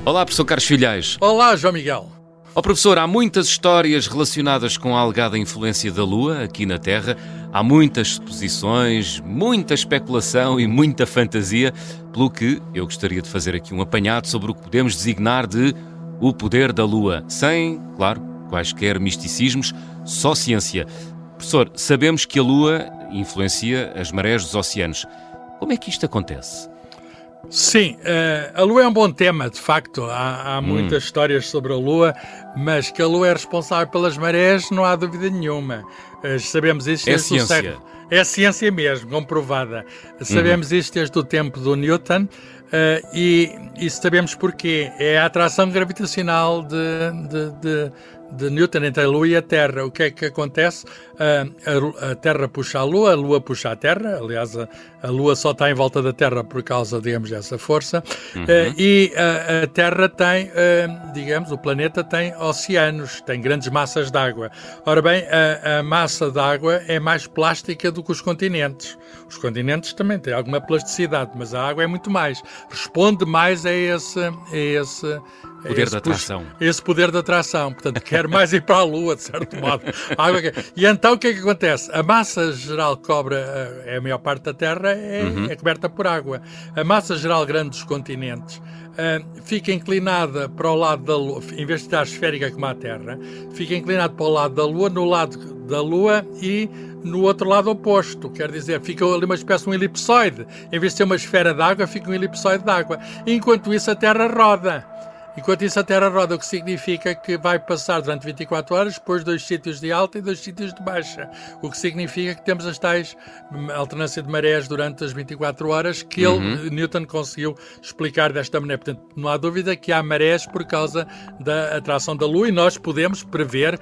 Olá, professor Carlos Filhais. Olá, João Miguel. Ó professor, há muitas histórias relacionadas com a alegada influência da Lua aqui na Terra. Há muitas suposições, muita especulação e muita fantasia, pelo que eu gostaria de fazer aqui um apanhado sobre o que podemos designar de o poder da Lua, sem, claro, quaisquer misticismos, só ciência. Professor, sabemos que a Lua influencia as marés dos oceanos. Como é que isto acontece? Sim, a Lua é um bom tema, de facto. Há muitas histórias sobre a Lua, mas que a Lua é responsável pelas marés, não há dúvida nenhuma. Sabemos isto desde o século. É ciência mesmo, comprovada. Sabemos isto desde o tempo do Newton e sabemos porquê. É a atração gravitacional de Newton entre a Lua e a Terra. O que é que acontece? A Terra puxa a Lua puxa a Terra. Aliás, a Lua só está em volta da Terra por causa, digamos, dessa força. E a Terra tem, digamos, o planeta tem oceanos, tem grandes massas de água. Ora bem, a massa de água é mais plástica do que os continentes. Os continentes também têm alguma plasticidade, mas a água é muito mais. Responde mais a esse Poder da atração. Esse poder da atração. Portanto, quer mais ir para a Lua, de certo modo. E então, o que é que acontece? A massa geral que cobre a maior parte da Terra é coberta por água. A massa geral grande dos continentes fica inclinada para o lado da Lua, em vez de estar esférica como a Terra, fica inclinada para o lado da Lua, no lado da Lua e no outro lado oposto. Quer dizer, fica ali uma espécie de um elipsoide. Em vez de ser uma esfera de água, fica um elipsoide de água. Enquanto isso, a Terra roda. O que significa que vai passar durante 24 horas por 2 sítios de alta e 2 sítios de baixa. O que significa que temos as tais alternância de marés durante as 24 horas que Newton conseguiu explicar desta maneira. Portanto, não há dúvida que há marés por causa da atração da Lua e nós podemos prever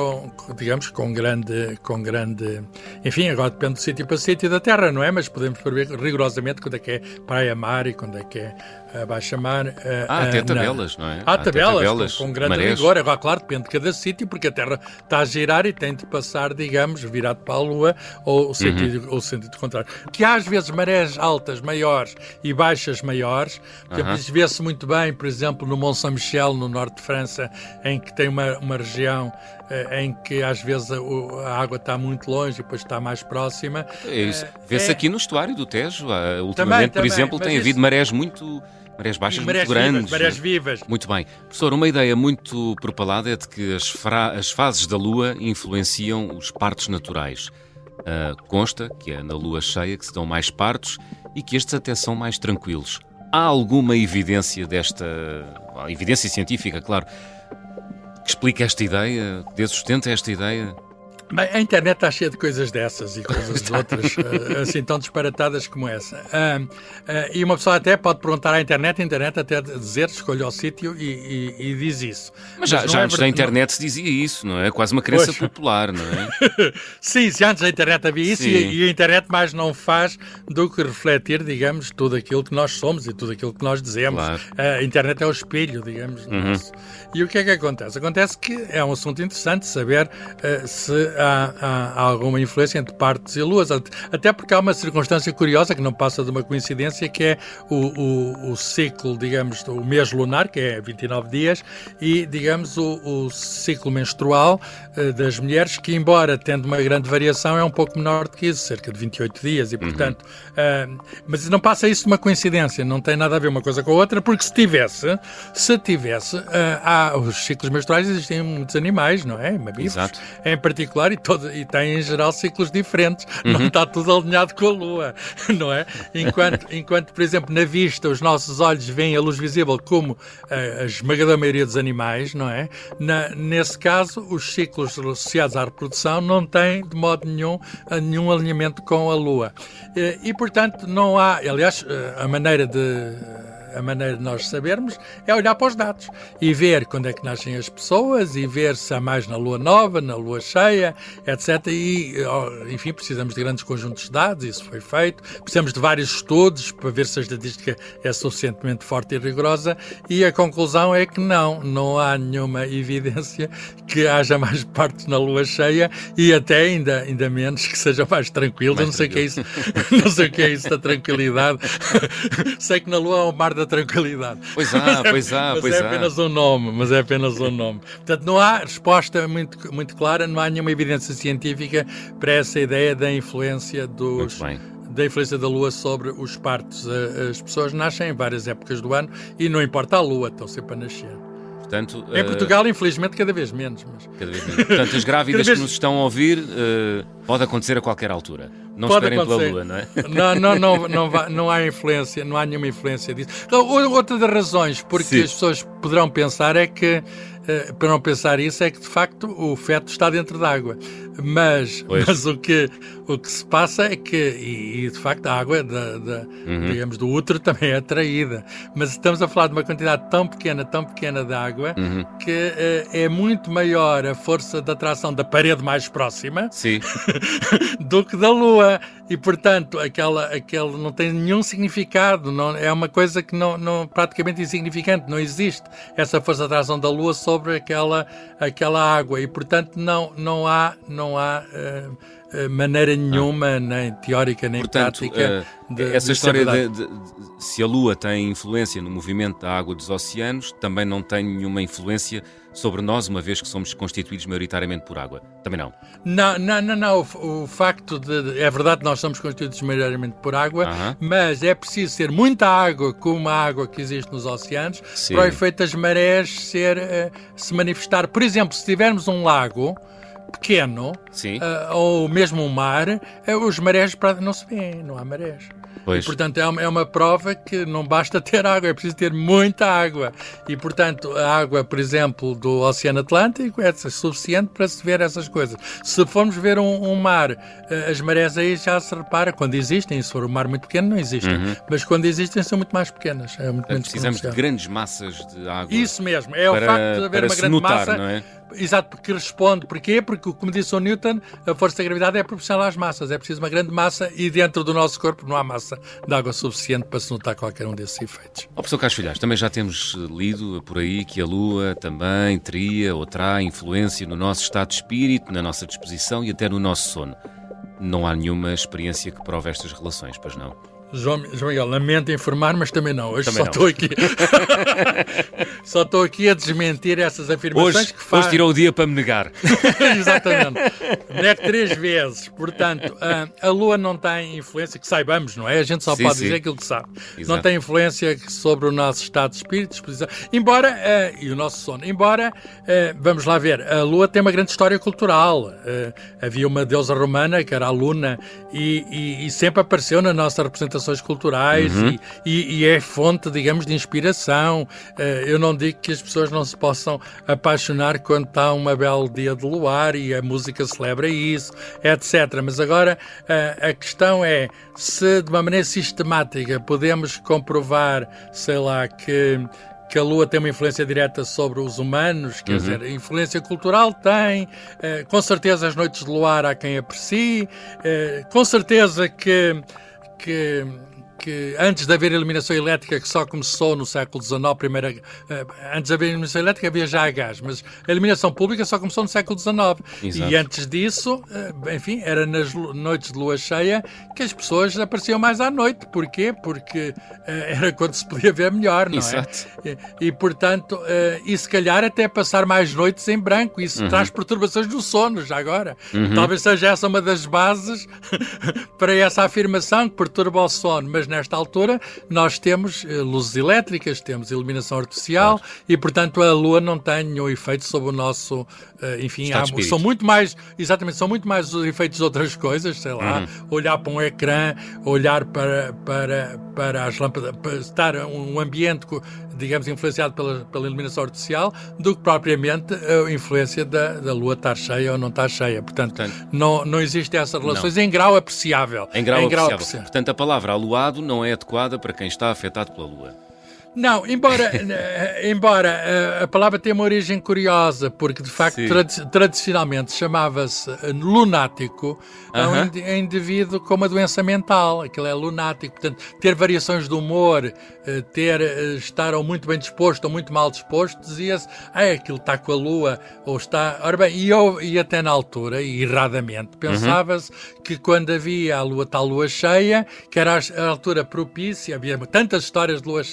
com grande... Enfim, agora depende do sítio para sítio da Terra, não é? Mas podemos prever rigorosamente quando é que é praia-mar e quando é que é baixa-mar. Até tabelas, não é? Há tabelas com grande rigor. Agora, claro, depende de cada sítio, porque a Terra está a girar e tem de passar, digamos, virado para a Lua ou o sentido contrário. Que há, às vezes, marés altas maiores e baixas maiores. Vê-se muito bem, por exemplo, no Mont Saint-Michel, no norte de França, em que tem uma região em que, às vezes, a água está muito longe e depois está mais próxima. É isso. Vê-se aqui no estuário do Tejo. Ultimamente, por exemplo, tem havido marés baixas muito grandes. Marés vivas. Muito bem. Professor, uma ideia muito propalada é de que as fases da Lua influenciam os partos naturais. Consta que é na Lua cheia que se dão mais partos e que estes até são mais tranquilos. Há alguma evidência evidência científica, claro, que explica esta ideia, que sustenta esta ideia? Bem, a internet está cheia de coisas dessas e coisas outras, assim tão disparatadas como essa. E uma pessoa até pode perguntar à internet, a internet até dizer, escolha o sítio e diz isso. Mas já antes da internet se dizia isso, não é? Quase uma crença popular, não é? Sim, se antes da internet havia isso e a internet mais não faz do que refletir, digamos, tudo aquilo que nós somos e tudo aquilo que nós dizemos. Claro. A internet é o espelho, digamos. E o que é que acontece? Acontece que é um assunto interessante saber se há alguma influência entre partos e luas, até porque há uma circunstância curiosa que não passa de uma coincidência, que é o ciclo, digamos, o mês lunar, que é 29 dias, e, digamos, o ciclo menstrual das mulheres, que, embora tendo uma grande variação, é um pouco menor do que isso, cerca de 28 dias, e, portanto, mas não passa isso de uma coincidência, não tem nada a ver uma coisa com a outra, porque se tivesse, os ciclos menstruais existem em muitos animais, não é? Mamíferos, em particular, e tem em geral ciclos diferentes, não está tudo alinhado com a Lua, não é? Enquanto, por exemplo, na vista os nossos olhos veem a luz visível como a esmagadora maioria dos animais, não é? Nesse caso, os ciclos associados à reprodução não têm de modo nenhum alinhamento com a Lua. E portanto, não há, aliás, a maneira de nós sabermos é olhar para os dados e ver quando é que nascem as pessoas e ver se há mais na lua nova, na lua cheia, etc. E, enfim, precisamos de grandes conjuntos de dados, isso foi feito. Precisamos de vários estudos para ver se a estatística é suficientemente forte e rigorosa, e a conclusão é que não há nenhuma evidência que haja mais partes na lua cheia, e até ainda menos que sejam mais tranquilos. Eu não sei o que é isso, não sei o que é isso da tranquilidade. Sei que na lua há o mar da tranquilidade. Pois há. Apenas um nome, mas é apenas um nome. Portanto, não há resposta muito clara, não há nenhuma evidência científica para essa ideia da influência da Lua sobre os partos. As pessoas nascem em várias épocas do ano e não importa a Lua, estão sempre a nascer. Portanto, em Portugal, infelizmente, cada vez menos. Cada vez menos. Portanto, as grávidas que nos estão a ouvir, pode acontecer a qualquer altura. Não esperem pela Lua, não é? Não há influência, não há nenhuma influência disso. Outra das razões porque as pessoas poderão pensar é que, para não pensar isso, é que de facto o feto está dentro d'água. Mas o que se passa é que, e de facto a água digamos, do útero também é atraída, mas estamos a falar de uma quantidade tão pequena de água que é muito maior a força de atração da parede mais próxima do que da Lua. E portanto aquela não tem nenhum significado, não, é uma coisa que não praticamente insignificante, não existe essa força de atração da Lua sobre aquela água e portanto não há maneira nenhuma, nem teórica nem prática. Essa história de se a Lua tem influência no movimento da água dos oceanos, também não tem nenhuma influência sobre nós, uma vez que somos constituídos maioritariamente por água. Também não. Não. O facto é verdade que nós somos constituídos maioritariamente por água, mas é preciso ser muita água, como a água que existe nos oceanos, para o efeito das marés se manifestar. Por exemplo, se tivermos um lago pequeno, ou mesmo um mar, os marés não se vêem, não há marés. E, portanto, é uma prova que não basta ter água, é preciso ter muita água. E, portanto, a água, por exemplo, do Oceano Atlântico é suficiente para se ver essas coisas. Se formos ver um mar, as marés aí já se repara, quando existem, se for um mar muito pequeno, não existem. Mas quando existem, são muito mais pequenas. Precisamos de grandes massas de água. Isso mesmo, é o facto de haver uma grande massa. Não é? Exato, porque responde. Porquê? Porque, como disse o Newton, a força da gravidade é proporcional às massas. É preciso uma grande massa e dentro do nosso corpo não há massa de água suficiente para se notar qualquer um desses efeitos. Professor Carlos Filhais, também já temos lido por aí que a Lua também teria ou terá influência no nosso estado de espírito, na nossa disposição e até no nosso sono. Não há nenhuma experiência que prove estas relações, pois não? João Miguel, lamento informar, mas também não. Hoje também estou aqui. Só estou aqui a desmentir essas afirmações que faz. Hoje tirou o dia para me negar. Exatamente. Nego 3 vezes. Portanto, a Lua não tem influência, que saibamos, não é? A gente só pode dizer aquilo que sabe. Exato. Não tem influência sobre o nosso estado de espírito, disposição. Embora, e o nosso sono. Embora, vamos lá ver, a Lua tem uma grande história cultural. Havia uma deusa romana, que era a Luna, e sempre apareceu na nossa representação culturais e é fonte, digamos, de inspiração. Eu não digo que as pessoas não se possam apaixonar quando está um belo dia de luar e a música celebra isso, etc. Mas agora a questão é se de uma maneira sistemática podemos comprovar, sei lá, que a Lua tem uma influência direta sobre os humanos, quer dizer, a influência cultural tem, com certeza as noites de luar há quem aprecie, com certeza que antes de haver iluminação elétrica, que só começou no século XIX, antes de haver iluminação elétrica havia já a gás, mas a iluminação pública só começou no século XIX. Exato. E antes disso, enfim, era nas noites de lua cheia que as pessoas apareciam mais à noite. Porquê? Porque era quando se podia ver melhor, não Exato. É? E portanto, e se calhar até passar mais noites em branco. Isso traz perturbações do sono, já agora. Talvez seja essa uma das bases para essa afirmação que perturba o sono, mas nesta altura nós temos luzes elétricas, temos iluminação artificial e, portanto, a Lua não tem nenhum efeito sobre o nosso, enfim, são muito mais os efeitos de outras coisas, sei lá, olhar para um ecrã, olhar para as lâmpadas, para estar um ambiente, digamos, influenciado pela iluminação artificial, do que propriamente a influência da Lua estar cheia ou não estar cheia. Portanto, não existe essas relações em grau apreciável. Em grau apreciável. Portanto, a palavra aluado não é adequada para quem está afetado pela Lua. Não, embora a palavra tenha uma origem curiosa, porque de facto tradicionalmente chamava-se lunático a um indivíduo com uma doença mental. Aquilo é lunático, portanto, ter variações de humor, estar ou muito bem disposto ou muito mal disposto, dizia-se, aquilo está com a Lua, ou está... Ora bem, e até na altura, e erradamente, pensava-se que quando havia a Lua cheia, que era a altura propícia, havia tantas histórias de Lua cheia,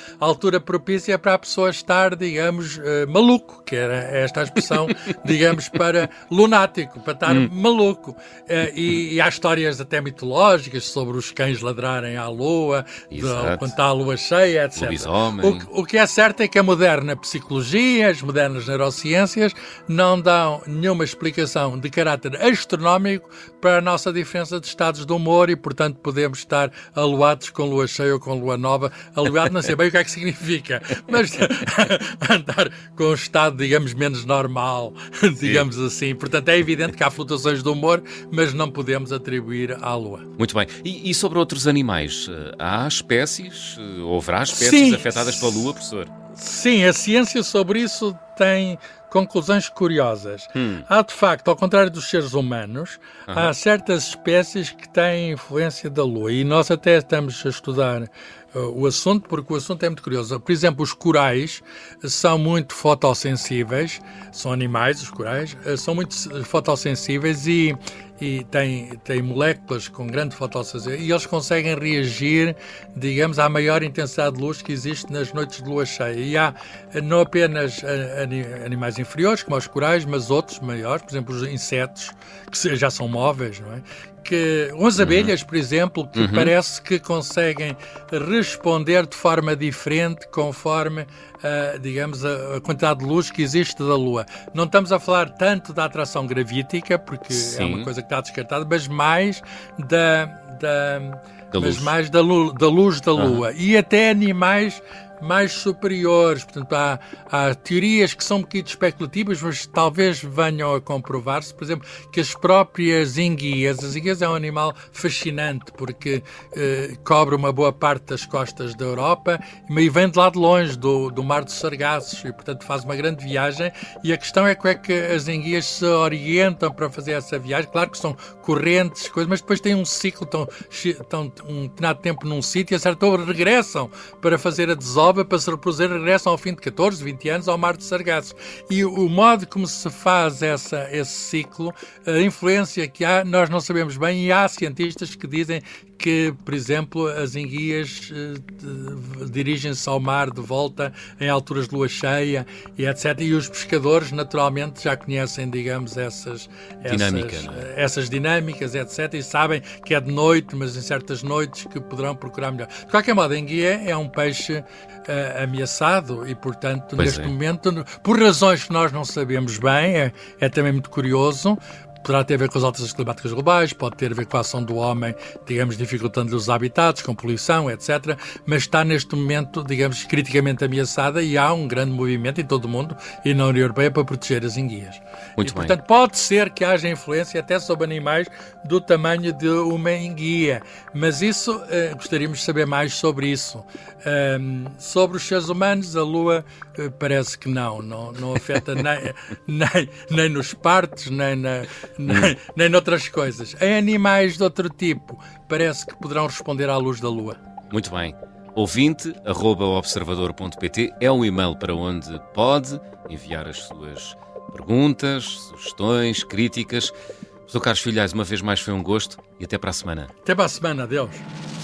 a altura propícia para a pessoa estar, digamos, maluco, que era esta a expressão, digamos, para lunático, para estar maluco. E há histórias até mitológicas sobre os cães ladrarem à lua, quando está a lua cheia, etc. O que é certo é que a moderna psicologia, as modernas neurociências, não dão nenhuma explicação de caráter astronómico para a nossa diferença de estados de humor e, portanto, podemos estar aluados com lua cheia ou com lua nova. Aluado não sei bem o que é que significa, mas andar com um estado, digamos, menos normal, digamos assim. Portanto, é evidente que há flutuações de humor, mas não podemos atribuir à lua. Muito bem. E sobre outros animais? Há espécies, ou haverá espécies afetadas pela lua, professor? Sim, a ciência sobre isso tem conclusões curiosas. Há, de facto, ao contrário dos seres humanos, há certas espécies que têm influência da Lua. E nós até estamos a estudar o assunto, porque o assunto é muito curioso. Por exemplo, os corais são muito fotossensíveis, são animais, os corais, são muito fotossensíveis e têm moléculas com grande fotossensibilidade e eles conseguem reagir, digamos, à maior intensidade de luz que existe nas noites de lua cheia. E há não apenas animais inferiores, como os corais, mas outros maiores, por exemplo, os insetos, que já são móveis, não é? As abelhas, por exemplo, que parece que conseguem responder de forma diferente conforme, digamos, a quantidade de luz que existe da Lua. Não estamos a falar tanto da atração gravítica, porque é uma coisa que está descartada, mas mais da luz da Lua. E até animais mais superiores. Portanto, há teorias que são um bocadinho especulativas, mas talvez venham a comprovar-se. Por exemplo, que as próprias enguias, as enguias é um animal fascinante porque cobre uma boa parte das costas da Europa e vem de lá de longe, do Mar dos Sargassos, e portanto faz uma grande viagem, e a questão é como é que as enguias se orientam para fazer essa viagem. Claro que são correntes, coisas, mas depois têm um ciclo, estão um determinado tempo num sítio e a certa hora regressam para fazer a desova, para se reproduzir, regressam ao fim de 14, 20 anos ao Mar de Sargassos. E o modo como se faz esse ciclo, a influência que há, nós não sabemos bem, e há cientistas que dizem que, por exemplo, as enguias dirigem-se ao mar de volta em alturas de lua cheia e etc. E os pescadores, naturalmente, já conhecem, digamos, essas dinâmicas, etc. E sabem que é de noite, mas em certas noites que poderão procurar melhor. De qualquer modo, a enguia é um peixe ameaçado e, portanto, neste momento, por razões que nós não sabemos bem, é também muito curioso. Poderá ter a ver com as alterações climáticas globais, pode ter a ver com a ação do homem, digamos, dificultando os habitats, com poluição, etc. Mas está neste momento, digamos, criticamente ameaçada e há um grande movimento em todo o mundo e na União Europeia para proteger as enguias. Muito bem. Portanto, pode ser que haja influência até sobre animais do tamanho de uma enguia. Mas isso, gostaríamos de saber mais sobre isso. Sobre os seres humanos, a Lua parece que não afeta nem nos partos, nem noutras coisas. Em animais de outro tipo, parece que poderão responder à luz da Lua. Muito bem. ouvinte@observador.pt é um e-mail para onde pode enviar as suas perguntas, sugestões, críticas. Professor Carlos Filhais, uma vez mais foi um gosto e até para a semana. Até para a semana, adeus.